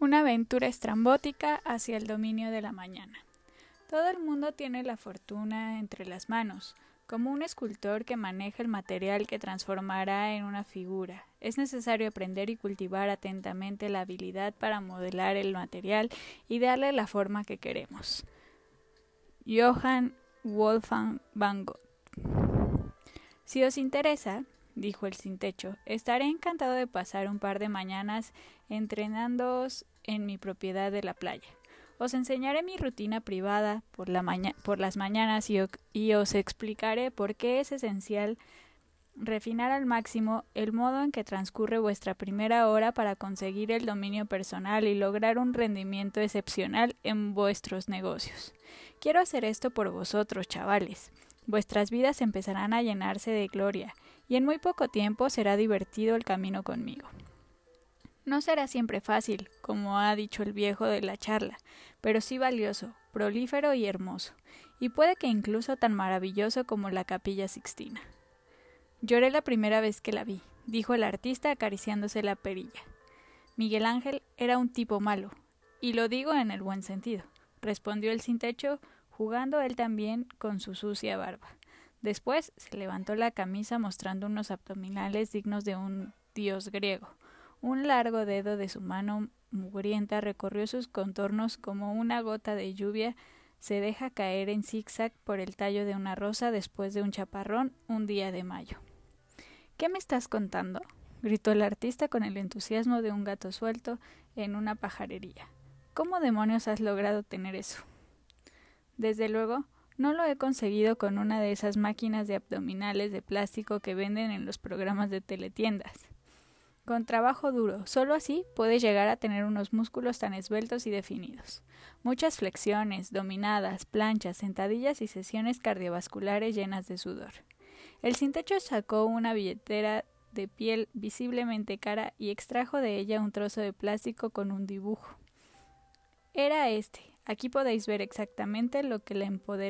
Una aventura estrambótica hacia el dominio de la mañana. Todo el mundo tiene la fortuna entre las manos. Como un escultor que maneja el material que transformará en una figura, es necesario aprender y cultivar atentamente la habilidad para modelar el material y darle la forma que queremos. Johann Wolfgang van Gogh. Si os interesa, dijo el sin techo, estaré encantado de pasar un par de mañanas entrenándoos en mi propiedad de la playa. Os enseñaré mi rutina privada por las mañanas y os explicaré por qué es esencial refinar al máximo el modo en que transcurre vuestra primera hora para conseguir el dominio personal y lograr un rendimiento excepcional en vuestros negocios. Quiero hacer esto por vosotros, chavales. Vuestras vidas empezarán a llenarse de gloria, y en muy poco tiempo será divertido el camino conmigo. No será siempre fácil, como ha dicho el viejo de la charla, pero sí valioso, prolífero y hermoso, y puede que incluso tan maravilloso como la Capilla Sixtina. Lloré la primera vez que la vi, dijo el artista acariciándose la perilla. Miguel Ángel era un tipo malo, y lo digo en el buen sentido, respondió el sin techo, jugando él también con su sucia barba. Después se levantó la camisa mostrando unos abdominales dignos de un dios griego. Un largo dedo de su mano mugrienta recorrió sus contornos como una gota de lluvia se deja caer en zigzag por el tallo de una rosa después de un chaparrón un día de mayo. ¿Qué me estás contando?, gritó el artista con el entusiasmo de un gato suelto en una pajarería. ¿Cómo demonios has logrado tener eso? Desde luego, no lo he conseguido con una de esas máquinas de abdominales de plástico que venden en los programas de teletiendas. Con trabajo duro, solo así puedes llegar a tener unos músculos tan esbeltos y definidos. Muchas flexiones, dominadas, planchas, sentadillas y sesiones cardiovasculares llenas de sudor. El sin techo sacó una billetera de piel visiblemente cara y extrajo de ella un trozo de plástico con un dibujo. Era este. Aquí podéis ver exactamente lo que la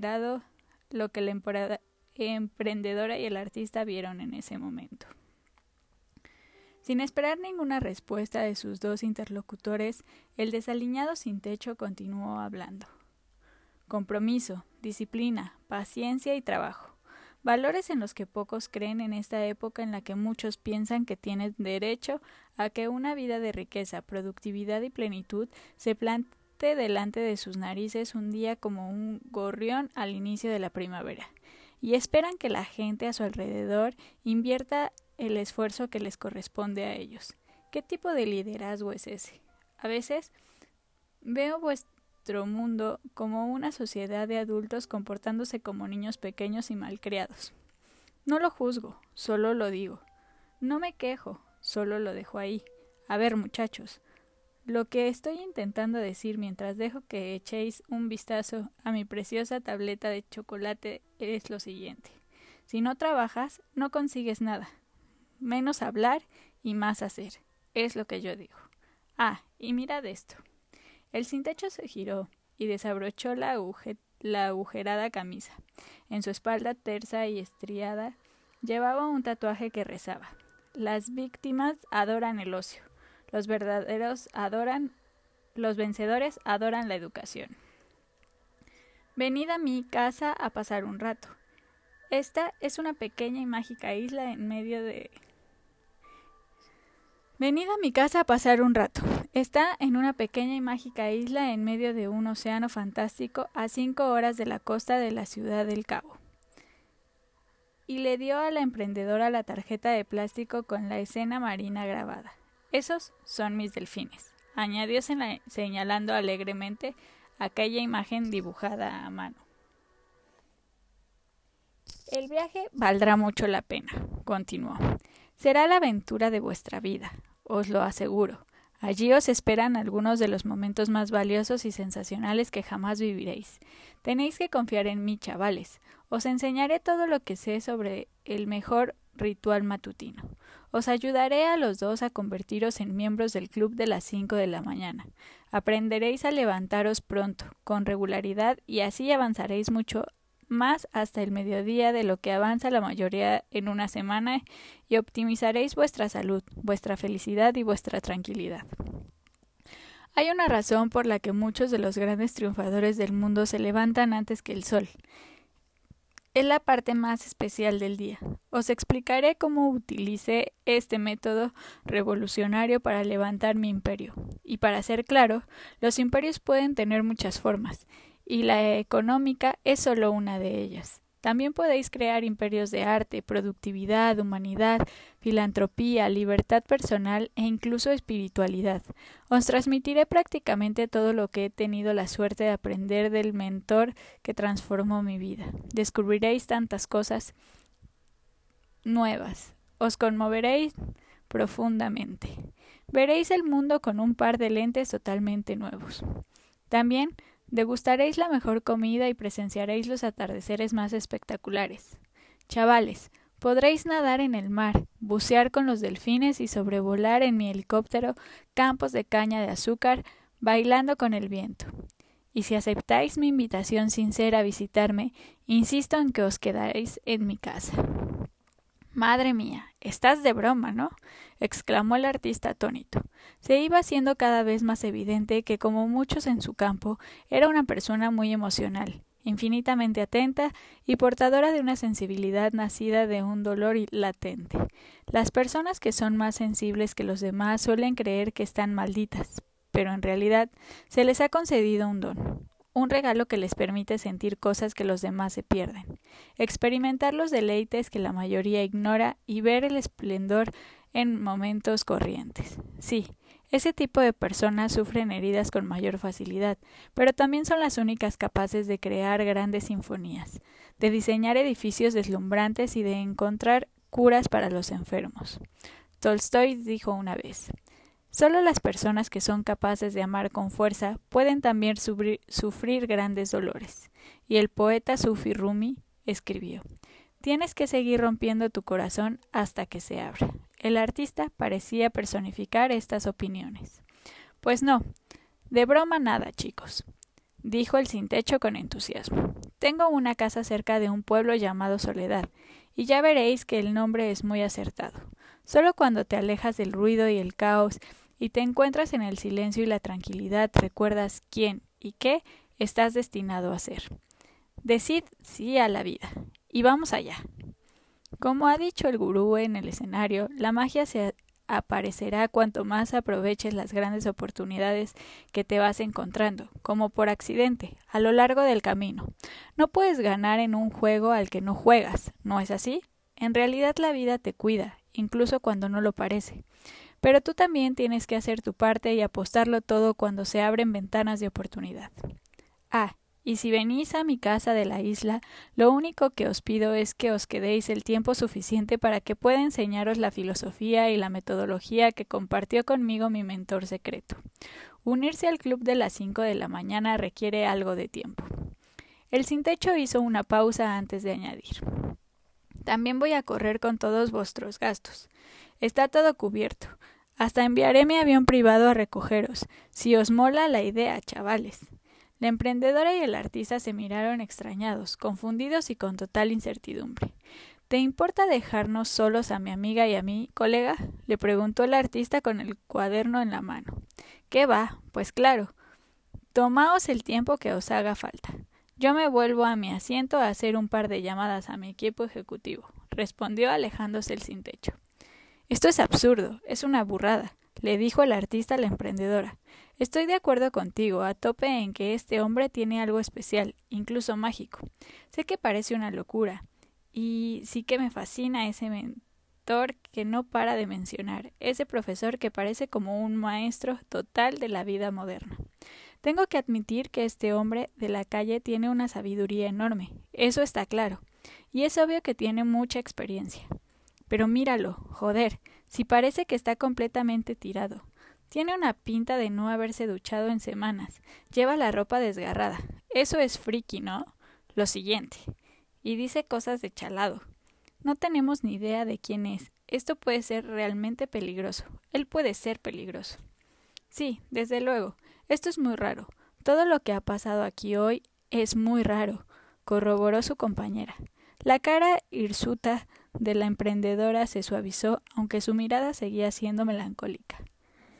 emprendedora y el artista vieron en ese momento. Sin esperar ninguna respuesta de sus dos interlocutores, el desaliñado sin techo continuó hablando. Compromiso, disciplina, paciencia y trabajo. Valores en los que pocos creen en esta época en la que muchos piensan que tienen derecho a que una vida de riqueza, productividad y plenitud se plante delante de sus narices un día como un gorrión al inicio de la primavera, y esperan que la gente a su alrededor invierta el esfuerzo que les corresponde a ellos. ¿Qué tipo de liderazgo es ese? A veces veo vuestro mundo como una sociedad de adultos comportándose como niños pequeños y malcriados. No lo juzgo, solo lo digo. No me quejo, solo lo dejo ahí. A ver, muchachos, lo que estoy intentando decir mientras dejo que echéis un vistazo a mi preciosa tableta de chocolate es lo siguiente. Si no trabajas, no consigues nada. Menos hablar y más hacer. Es lo que yo digo. Ah, y mirad esto. El sin techo se giró y desabrochó la agujerada camisa. En su espalda tersa y estriada llevaba un tatuaje que rezaba: las víctimas adoran el ocio. Los vencedores adoran la educación. Venid a mi casa a pasar un rato. Esta es una pequeña y mágica isla en medio de... Venid a mi casa a pasar un rato. Está en una pequeña y mágica isla en medio de un océano fantástico a 5 horas de la costa de la ciudad del Cabo. Y le dio a la emprendedora la tarjeta de plástico con la escena marina grabada. Esos son mis delfines, añadió señalando alegremente aquella imagen dibujada a mano. El viaje valdrá mucho la pena, continuó. Será la aventura de vuestra vida, os lo aseguro. Allí os esperan algunos de los momentos más valiosos y sensacionales que jamás viviréis. Tenéis que confiar en mí, chavales. Os enseñaré todo lo que sé sobre el mejor ritual matutino. Os ayudaré a los dos a convertiros en miembros del club de las 5 de la mañana. Aprenderéis a levantaros pronto, con regularidad, y así avanzaréis mucho más hasta el mediodía de lo que avanza la mayoría en una semana, y optimizaréis vuestra salud, vuestra felicidad y vuestra tranquilidad. Hay una razón por la que muchos de los grandes triunfadores del mundo se levantan antes que el sol. Es la parte más especial del día. Os explicaré cómo utilicé este método revolucionario para levantar mi imperio. Y para ser claro, los imperios pueden tener muchas formas, y la económica es solo una de ellas. También podéis crear imperios de arte, productividad, humanidad, filantropía, libertad personal e incluso espiritualidad. Os transmitiré prácticamente todo lo que he tenido la suerte de aprender del mentor que transformó mi vida. Descubriréis tantas cosas nuevas. Os conmoveréis profundamente. Veréis el mundo con un par de lentes totalmente nuevos. También degustaréis la mejor comida y presenciaréis los atardeceres más espectaculares. Chavales, podréis nadar en el mar, bucear con los delfines y sobrevolar en mi helicóptero campos de caña de azúcar, bailando con el viento. Y si aceptáis mi invitación sincera a visitarme, insisto en que os quedaréis en mi casa. Madre mía, estás de broma, ¿no? Exclamó el artista atónito. Se iba haciendo cada vez más evidente que, como muchos en su campo, era una persona muy emocional, infinitamente atenta y portadora de una sensibilidad nacida de un dolor latente. Las personas que son más sensibles que los demás suelen creer que están malditas, pero en realidad se les ha concedido un don. Un regalo que les permite sentir cosas que los demás se pierden, experimentar los deleites que la mayoría ignora y ver el esplendor en momentos corrientes. Sí, ese tipo de personas sufren heridas con mayor facilidad, pero también son las únicas capaces de crear grandes sinfonías, de diseñar edificios deslumbrantes y de encontrar curas para los enfermos. Tolstói dijo una vez: solo las personas que son capaces de amar con fuerza pueden también sufrir grandes dolores. Y el poeta Sufi Rumi escribió: tienes que seguir rompiendo tu corazón hasta que se abra. El artista parecía personificar estas opiniones. Pues no, de broma nada, chicos, dijo el sin techo con entusiasmo. Tengo una casa cerca de un pueblo llamado Soledad, y ya veréis que el nombre es muy acertado. Solo cuando te alejas del ruido y el caos y te encuentras en el silencio y la tranquilidad, recuerdas quién y qué estás destinado a ser. Decid sí a la vida. Y vamos allá. Como ha dicho el gurú en el escenario, la magia se aparecerá cuanto más aproveches las grandes oportunidades que te vas encontrando, como por accidente, a lo largo del camino. No puedes ganar en un juego al que no juegas, ¿no es así? En realidad la vida te cuida, incluso cuando no lo parece. Pero tú también tienes que hacer tu parte y apostarlo todo cuando se abren ventanas de oportunidad. Ah, y si venís a mi casa de la isla, lo único que os pido es que os quedéis el tiempo suficiente para que pueda enseñaros la filosofía y la metodología que compartió conmigo mi mentor secreto. Unirse al club de las 5 de la mañana requiere algo de tiempo. El sin techo hizo una pausa antes de añadir: también voy a correr con todos vuestros gastos. Está todo cubierto. Hasta enviaré mi avión privado a recogeros, si os mola la idea, chavales. La emprendedora y el artista se miraron extrañados, confundidos y con total incertidumbre. ¿Te importa dejarnos solos a mi amiga y a mí, colega?, le preguntó el artista con el cuaderno en la mano. ¿Qué va? Pues claro. Tomaos el tiempo que os haga falta. Yo me vuelvo a mi asiento a hacer un par de llamadas a mi equipo ejecutivo, respondió alejándose el sin techo. Esto es absurdo, es una burrada, le dijo el artista a la emprendedora. Estoy de acuerdo contigo, a tope en que este hombre tiene algo especial, incluso mágico. Sé que parece una locura, y sí que me fascina ese mentor que no para de mencionar, ese profesor que parece como un maestro total de la vida moderna. Tengo que admitir que este hombre de la calle tiene una sabiduría enorme, eso está claro, y es obvio que tiene mucha experiencia. Pero míralo, joder, si parece que está completamente tirado. Tiene una pinta de no haberse duchado en semanas. Lleva la ropa desgarrada. Eso es friki, ¿no? Lo siguiente. Y dice cosas de chalado. No tenemos ni idea de quién es. Esto puede ser realmente peligroso. Él puede ser peligroso. Sí, desde luego. Esto es muy raro. Todo lo que ha pasado aquí hoy es muy raro, corroboró su compañera. La cara hirsuta de la emprendedora se suavizó, aunque su mirada seguía siendo melancólica.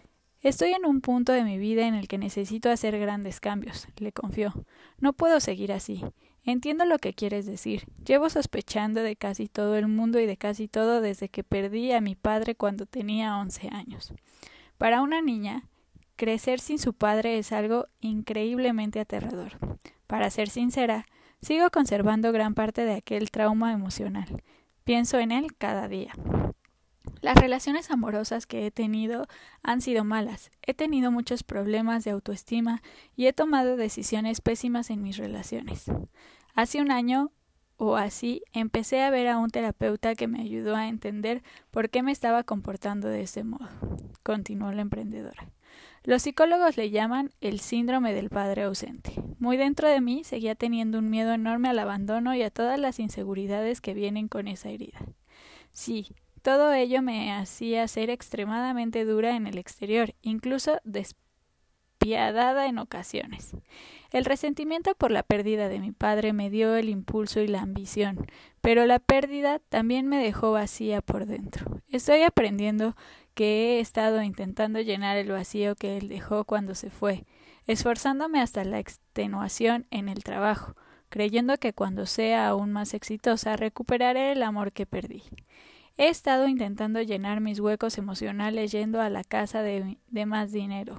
Estoy en un punto de mi vida en el que necesito hacer grandes cambios, le confió. No puedo seguir así. Entiendo lo que quieres decir. Llevo sospechando de casi todo el mundo y de casi todo desde que perdí a mi padre cuando tenía 11 años. Para una niña, crecer sin su padre es algo increíblemente aterrador. Para ser sincera, sigo conservando gran parte de aquel trauma emocional. Pienso en él cada día. Las relaciones amorosas que he tenido han sido malas. He tenido muchos problemas de autoestima y he tomado decisiones pésimas en mis relaciones. Hace un año o así empecé a ver a un terapeuta que me ayudó a entender por qué me estaba comportando de ese modo, continuó la emprendedora. Los psicólogos le llaman el síndrome del padre ausente. Muy dentro de mí seguía teniendo un miedo enorme al abandono y a todas las inseguridades que vienen con esa herida. Sí, todo ello me hacía ser extremadamente dura en el exterior, incluso despiadada en ocasiones. El resentimiento por la pérdida de mi padre me dio el impulso y la ambición, pero la pérdida también me dejó vacía por dentro. Estoy aprendiendo que he estado intentando llenar el vacío que él dejó cuando se fue, esforzándome hasta la extenuación en el trabajo, creyendo que cuando sea aún más exitosa recuperaré el amor que perdí. He estado intentando llenar mis huecos emocionales yendo a la casa de más dinero,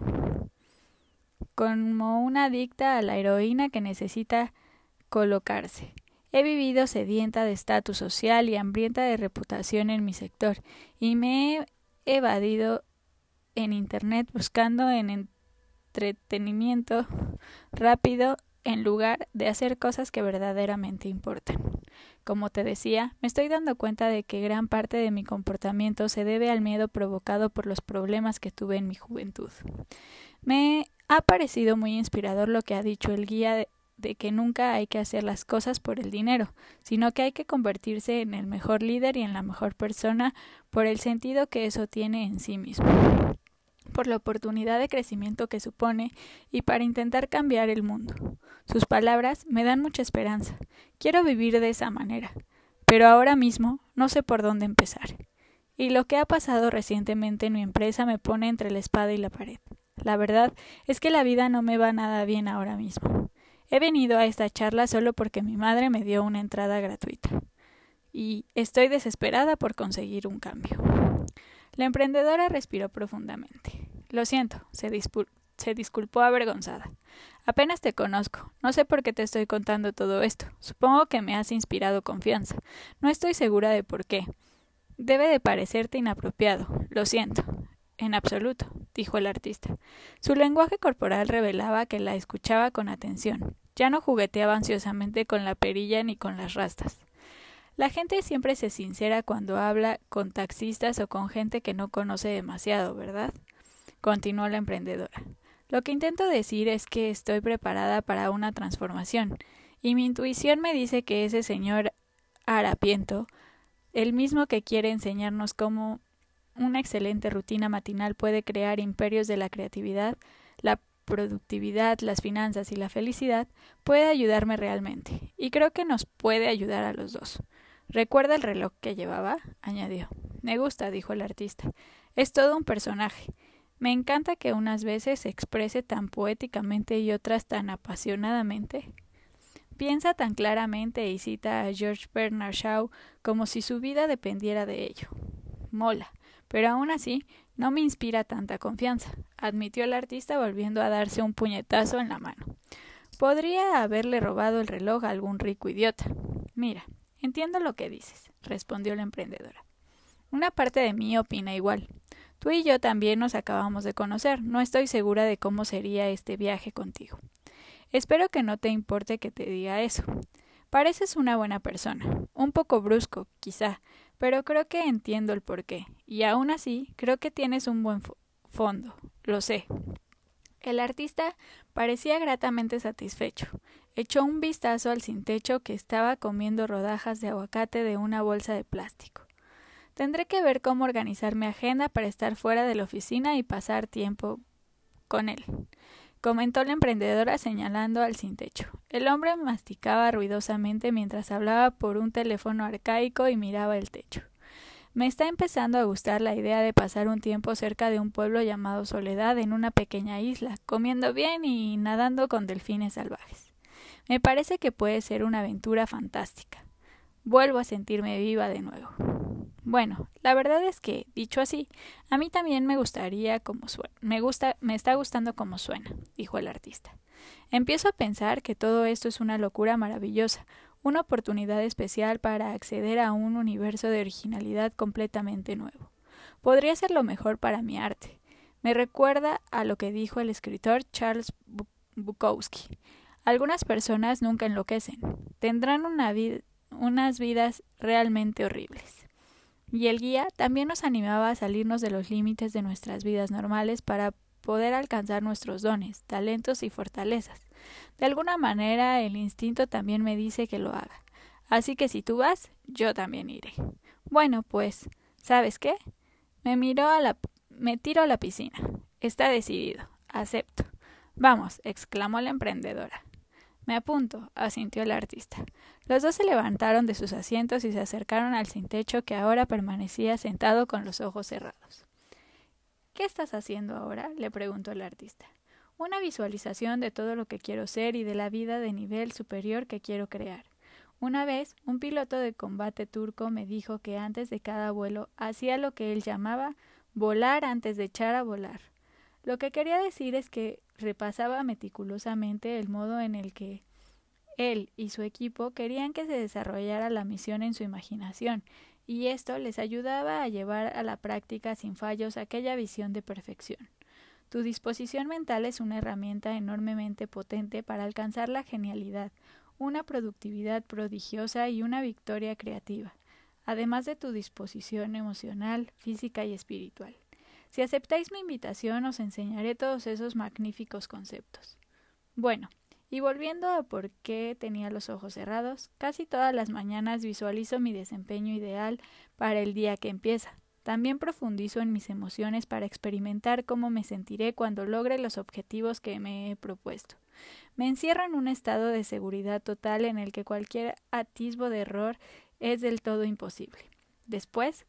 como una adicta a la heroína que necesita colocarse. He vivido sedienta de estatus social y hambrienta de reputación en mi sector, y me he evadido en internet buscando en entretenimiento rápido en lugar de hacer cosas que verdaderamente importan. Como te decía, me estoy dando cuenta de que gran parte de mi comportamiento se debe al miedo provocado por los problemas que tuve en mi juventud. Me ha parecido muy inspirador lo que ha dicho el guía de que nunca hay que hacer las cosas por el dinero, sino que hay que convertirse en el mejor líder y en la mejor persona por el sentido que eso tiene en sí mismo, por la oportunidad de crecimiento que supone y para intentar cambiar el mundo. Sus palabras me dan mucha esperanza. Quiero vivir de esa manera, pero ahora mismo no sé por dónde empezar. Y lo que ha pasado recientemente en mi empresa me pone entre la espada y la pared. La verdad es que la vida no me va nada bien ahora mismo. He venido a esta charla solo porque mi madre me dio una entrada gratuita. Y estoy desesperada por conseguir un cambio. La emprendedora respiró profundamente. Lo siento, se disculpó avergonzada. Apenas te conozco. No sé por qué te estoy contando todo esto. Supongo que me has inspirado confianza. No estoy segura de por qué. Debe de parecerte inapropiado. Lo siento. En absoluto, dijo el artista. Su lenguaje corporal revelaba que la escuchaba con atención. Ya no jugueteaba ansiosamente con la perilla ni con las rastas. La gente siempre se sincera cuando habla con taxistas o con gente que no conoce demasiado, ¿verdad? Continuó la emprendedora. Lo que intento decir es que estoy preparada para una transformación, y mi intuición me dice que ese señor harapiento, el mismo que quiere enseñarnos cómo una excelente rutina matinal puede crear imperios de la creatividad, la productividad, las finanzas y la felicidad, puede ayudarme realmente, y creo que nos puede ayudar a los dos. ¿Recuerda el reloj que llevaba?, añadió. Me gusta, dijo el artista. Es todo un personaje. Me encanta que unas veces se exprese tan poéticamente y otras tan apasionadamente. Piensa tan claramente y cita a George Bernard Shaw como si su vida dependiera de ello. Mola, pero aún así no me inspira tanta confianza, admitió el artista volviendo a darse un puñetazo en la mano. Podría haberle robado el reloj a algún rico idiota. Mira, entiendo lo que dices, respondió la emprendedora. Una parte de mí opina igual. Tú y yo también nos acabamos de conocer. No estoy segura de cómo sería este viaje contigo. Espero que no te importe que te diga eso. Pareces una buena persona. Un poco brusco, quizá, pero creo que entiendo el porqué. Y aún así, creo que tienes un buen fondo. Lo sé. El artista parecía gratamente satisfecho. Echó un vistazo al sin techo que estaba comiendo rodajas de aguacate de una bolsa de plástico. Tendré que ver cómo organizar mi agenda para estar fuera de la oficina y pasar tiempo con él, comentó la emprendedora señalando al sin techo. El hombre masticaba ruidosamente mientras hablaba por un teléfono arcaico y miraba el techo. Me está empezando a gustar la idea de pasar un tiempo cerca de un pueblo llamado Soledad en una pequeña isla, comiendo bien y nadando con delfines salvajes. Me parece que puede ser una aventura fantástica. Vuelvo a sentirme viva de nuevo. Bueno, la verdad es que, dicho así, a mí también me gustaría como suena. Me está gustando como suena, dijo el artista. Empiezo a pensar que todo esto es una locura maravillosa, una oportunidad especial para acceder a un universo de originalidad completamente nuevo. Podría ser lo mejor para mi arte. Me recuerda a lo que dijo el escritor Charles Bukowski. Algunas personas nunca enloquecen, tendrán unas vidas realmente horribles. Y el guía también nos animaba a salirnos de los límites de nuestras vidas normales para poder alcanzar nuestros dones, talentos y fortalezas. De alguna manera el instinto también me dice que lo haga. Así que si tú vas, yo también iré. Bueno, pues, ¿sabes qué? Me tiro a la piscina. Está decidido. Acepto. Vamos, exclamó la emprendedora. Me apunto, asintió el artista. Los dos se levantaron de sus asientos y se acercaron al sin techo que ahora permanecía sentado con los ojos cerrados. ¿Qué estás haciendo ahora?, le preguntó el artista. Una visualización de todo lo que quiero ser y de la vida de nivel superior que quiero crear. Una vez, un piloto de combate turco me dijo que antes de cada vuelo hacía lo que él llamaba volar antes de echar a volar. Lo que quería decir es que repasaba meticulosamente el modo en el que él y su equipo querían que se desarrollara la misión en su imaginación, y esto les ayudaba a llevar a la práctica sin fallos aquella visión de perfección. Tu disposición mental es una herramienta enormemente potente para alcanzar la genialidad, una productividad prodigiosa y una victoria creativa, además de tu disposición emocional, física y espiritual. Si aceptáis mi invitación, os enseñaré todos esos magníficos conceptos. Bueno, y volviendo a por qué tenía los ojos cerrados, casi todas las mañanas visualizo mi desempeño ideal para el día que empieza. También profundizo en mis emociones para experimentar cómo me sentiré cuando logre los objetivos que me he propuesto. Me encierro en un estado de seguridad total en el que cualquier atisbo de error es del todo imposible. Después,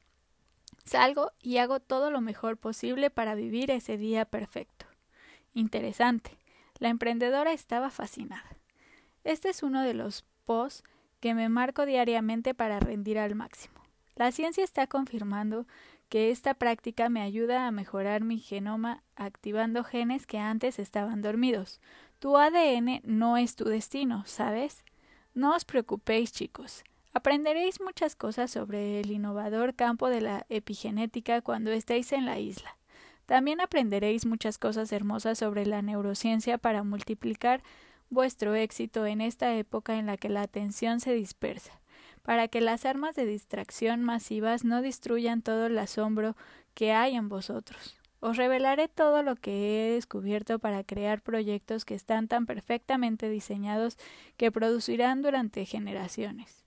salgo y hago todo lo mejor posible para vivir ese día perfecto. Interesante. La emprendedora estaba fascinada. Este es uno de los posts que me marco diariamente para rendir al máximo. La ciencia está confirmando que esta práctica me ayuda a mejorar mi genoma activando genes que antes estaban dormidos. Tu ADN no es tu destino, ¿sabes? No os preocupéis, chicos. Aprenderéis muchas cosas sobre el innovador campo de la epigenética cuando estéis en la isla. También aprenderéis muchas cosas hermosas sobre la neurociencia para multiplicar vuestro éxito en esta época en la que la atención se dispersa, para que las armas de distracción masivas no destruyan todo el asombro que hay en vosotros. Os revelaré todo lo que he descubierto para crear proyectos que están tan perfectamente diseñados que producirán durante generaciones.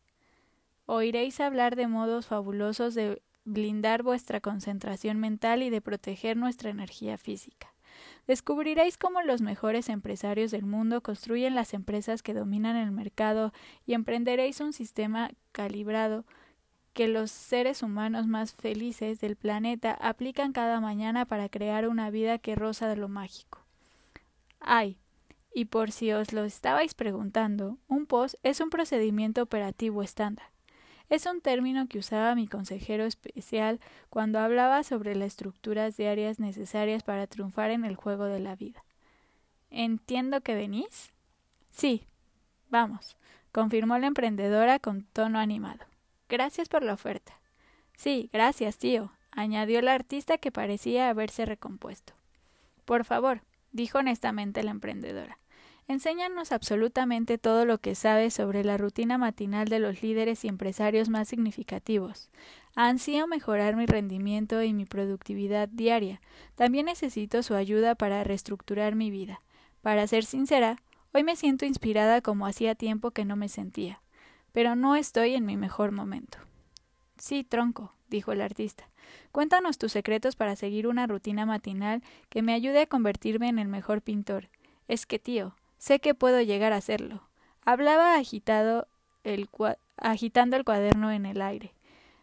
Oiréis hablar de modos fabulosos de blindar vuestra concentración mental y de proteger nuestra energía física. Descubriréis cómo los mejores empresarios del mundo construyen las empresas que dominan el mercado y emprenderéis un sistema calibrado que los seres humanos más felices del planeta aplican cada mañana para crear una vida que roza de lo mágico. Ay, y por si os lo estabais preguntando, un POS es un procedimiento operativo estándar. Es un término que usaba mi consejero especial cuando hablaba sobre las estructuras diarias necesarias para triunfar en el juego de la vida. ¿Entiendo que venís? Sí, vamos, confirmó la emprendedora con tono animado. Gracias por la oferta. Sí, gracias, tío, añadió la artista que parecía haberse recompuesto. Por favor, dijo honestamente la emprendedora. Enséñanos absolutamente todo lo que sabes sobre la rutina matinal de los líderes y empresarios más significativos. Ansío mejorar mi rendimiento y mi productividad diaria. También necesito su ayuda para reestructurar mi vida. Para ser sincera, hoy me siento inspirada como hacía tiempo que no me sentía. Pero no estoy en mi mejor momento. Sí, tronco, dijo el artista. Cuéntanos tus secretos para seguir una rutina matinal que me ayude a convertirme en el mejor pintor. Es que, tío, sé que puedo llegar a hacerlo. Hablaba agitando el cuaderno en el aire.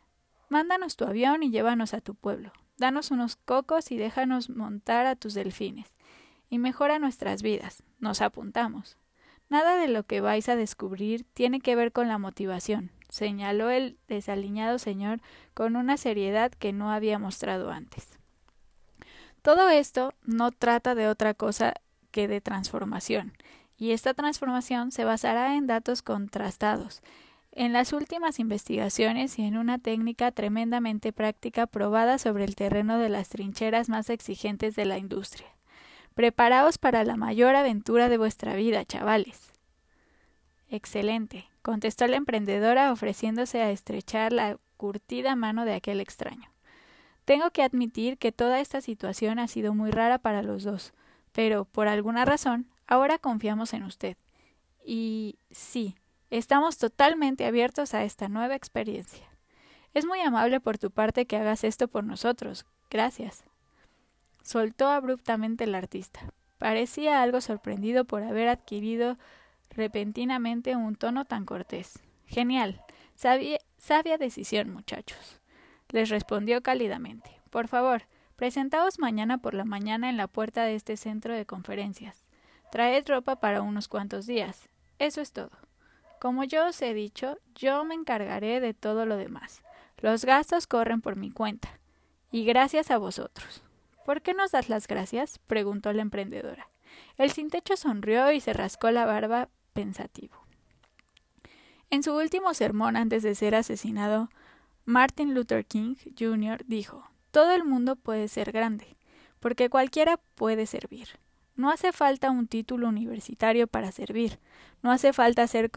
Mándanos tu avión y llévanos a tu pueblo. Danos unos cocos y déjanos montar a tus delfines. Y mejora nuestras vidas. Nos apuntamos. Nada de lo que vais a descubrir tiene que ver con la motivación, señaló el desaliñado señor con una seriedad que no había mostrado antes. Todo esto no trata de otra cosa que de transformación, y esta transformación se basará en datos contrastados, en las últimas investigaciones y en una técnica tremendamente práctica probada sobre el terreno de las trincheras más exigentes de la industria. Preparaos para la mayor aventura de vuestra vida, chavales. Excelente, contestó la emprendedora ofreciéndose a estrechar la curtida mano de aquel extraño. Tengo que admitir que toda esta situación ha sido muy rara para los dos, pero, por alguna razón, ahora confiamos en usted. Y sí, estamos totalmente abiertos a esta nueva experiencia. Es muy amable por tu parte que hagas esto por nosotros. Gracias. Soltó abruptamente el artista. Parecía algo sorprendido por haber adquirido repentinamente un tono tan cortés. Genial. Sabia decisión, muchachos. Les respondió cálidamente. Por favor, presentaos mañana por la mañana en la puerta de este centro de conferencias. Traed ropa para unos cuantos días. Eso es todo. Como yo os he dicho, yo me encargaré de todo lo demás. Los gastos corren por mi cuenta. Y gracias a vosotros. ¿Por qué nos das las gracias?, preguntó la emprendedora. El sin techo sonrió y se rascó la barba pensativo. En su último sermón antes de ser asesinado, Martin Luther King Jr. dijo: todo el mundo puede ser grande, porque cualquiera puede servir. No hace falta un título universitario para servir. No hace falta hacer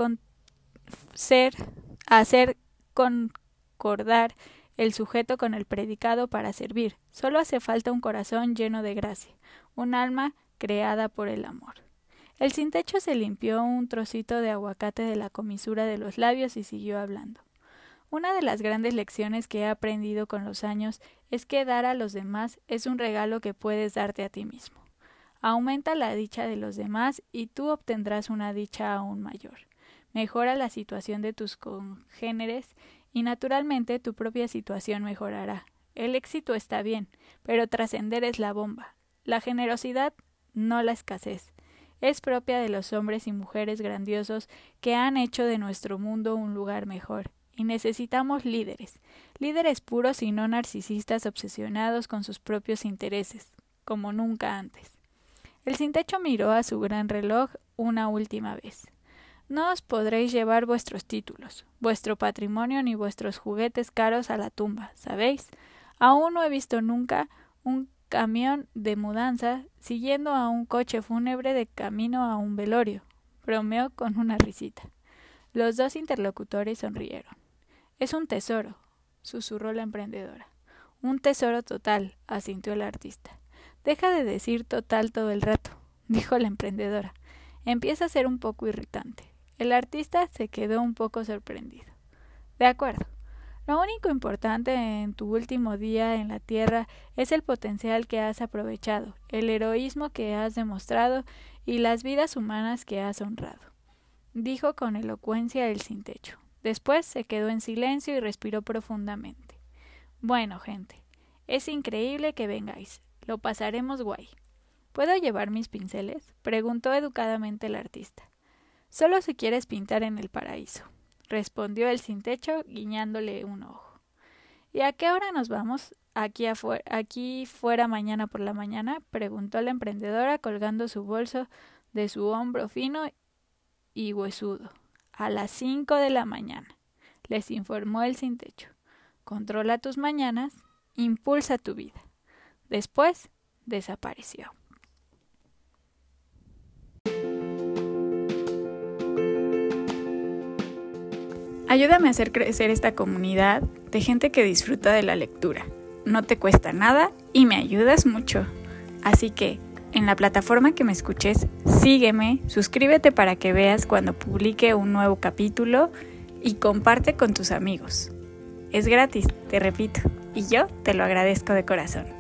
concordar el sujeto con el predicado para servir. Solo hace falta un corazón lleno de gracia, un alma creada por el amor. El sin techo se limpió un trocito de aguacate de la comisura de los labios y siguió hablando. Una de las grandes lecciones que he aprendido con los años es que dar a los demás es un regalo que puedes darte a ti mismo. Aumenta la dicha de los demás y tú obtendrás una dicha aún mayor. Mejora la situación de tus congéneres y naturalmente tu propia situación mejorará. El éxito está bien, pero trascender es la bomba. La generosidad, no la escasez, es propia de los hombres y mujeres grandiosos que han hecho de nuestro mundo un lugar mejor. Y necesitamos líderes puros y no narcisistas obsesionados con sus propios intereses, como nunca antes. El sin techo miró a su gran reloj una última vez. No os podréis llevar vuestros títulos, vuestro patrimonio ni vuestros juguetes caros a la tumba, ¿sabéis? Aún no he visto nunca un camión de mudanza siguiendo a un coche fúnebre de camino a un velorio, bromeó con una risita. Los dos interlocutores sonrieron. Es un tesoro, susurró la emprendedora. Un tesoro total, asintió el artista. Deja de decir total todo el rato, dijo la emprendedora. Empieza a ser un poco irritante. El artista se quedó un poco sorprendido. De acuerdo. Lo único importante en tu último día en la tierra es el potencial que has aprovechado, el heroísmo que has demostrado y las vidas humanas que has honrado, dijo con elocuencia el sin techo. Después se quedó en silencio y respiró profundamente. Bueno, gente, es increíble que vengáis. Lo pasaremos guay. ¿Puedo llevar mis pinceles?, preguntó educadamente el artista. Solo si quieres pintar en el paraíso, respondió el sin techo guiñándole un ojo. ¿Y a qué hora nos vamos? ¿Aquí fuera mañana por la mañana?, preguntó la emprendedora colgando su bolso de su hombro fino y huesudo. A las 5 de la mañana, les informó el sin techo. Controla tus mañanas, impulsa tu vida. Después desapareció. Ayúdame a hacer crecer esta comunidad de gente que disfruta de la lectura. No te cuesta nada y me ayudas mucho. Así que, en la plataforma que me escuches, sígueme, suscríbete para que veas cuando publique un nuevo capítulo y comparte con tus amigos. Es gratis, te repito, y yo te lo agradezco de corazón.